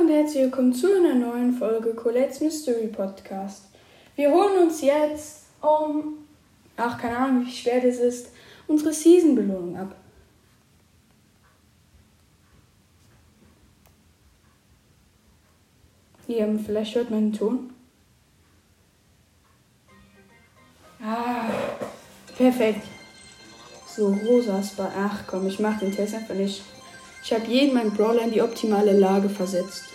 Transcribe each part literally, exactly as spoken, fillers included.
und herzlich willkommen zu einer neuen Folge Colette's Mystery Podcast. Wir holen uns jetzt um, ach keine Ahnung wie schwer das ist, unsere Season-Belohnung ab. Hier, vielleicht hört man den Ton. Ah, perfekt. So, rosa Spa. Ach komm, ich mach den Test einfach nicht. Ich habe jeden meinen Brawler in die optimale Lage versetzt.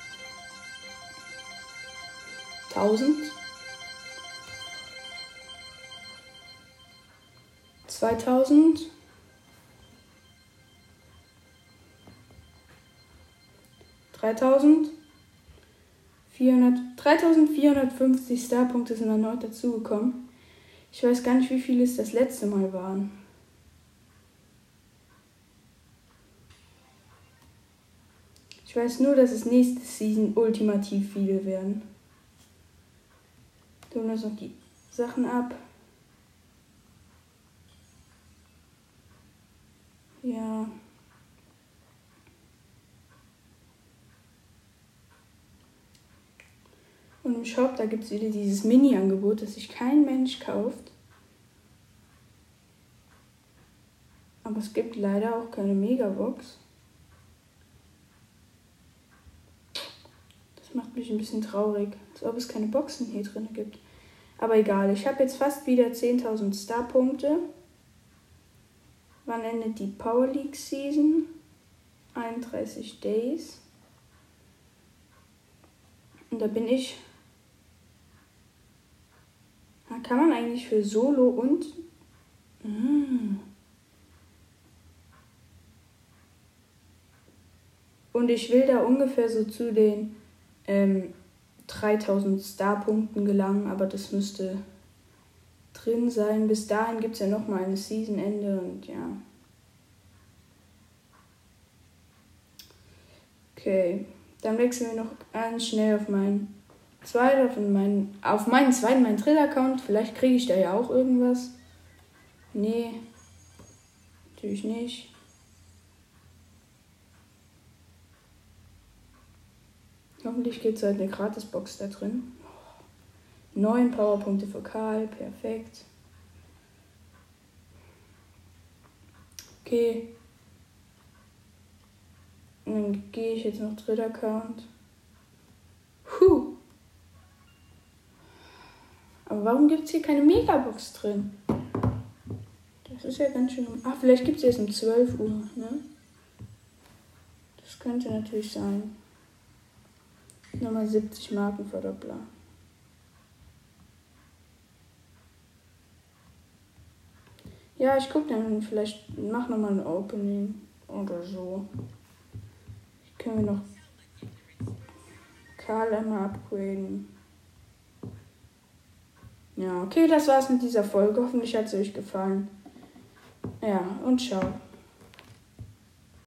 tausend. zweitausend. dreitausend. vierhundert, dreitausendvierhundertfünfzig Starpunkte sind erneut dazugekommen. Ich weiß gar nicht, wie viele es das letzte Mal waren. Ich weiß nur, dass es nächste Season ultimativ viele werden. Tun uns noch die Sachen ab. Ja. Und im Shop, da gibt es wieder dieses Mini-Angebot, das sich kein Mensch kauft. Aber es gibt leider auch keine Megabox. Das macht mich ein bisschen traurig, als ob es keine Boxen hier drin gibt. Aber egal, ich habe jetzt fast wieder zehntausend Starpunkte. Wann endet die Power League Season? einunddreißig Days. Und da bin ich... Da kann man eigentlich für Solo und... Mm. Und ich will da ungefähr so zu den ähm, dreitausend Starpunkten gelangen, aber das müsste drin sein. Bis dahin gibt es ja nochmal ein Seasonende und ja. Okay, dann wechseln wir noch ganz schnell auf meinen zweiten, auf meinen, auf meinen zweiten, meinen Drill-Account. Vielleicht kriege ich da ja auch irgendwas. Nee, natürlich nicht. Hoffentlich gibt es halt eine Gratisbox da drin. Neun Powerpunkte für Karl, perfekt. Okay. Und dann gehe ich jetzt noch dritter Account. Puh. Aber warum gibt es hier keine Megabox drin? Das ist ja ganz schön... Ach, vielleicht gibt es jetzt um zwölf Uhr, ne? Das könnte natürlich sein. Nochmal siebzig Marken Verdoppler. Ja, ich gucke dann vielleicht, mach nochmal ein Opening oder so. Ich können wir noch Karl einmal upgraden. Ja, okay, das war's mit dieser Folge. Hoffentlich hat es euch gefallen. Ja, und ciao.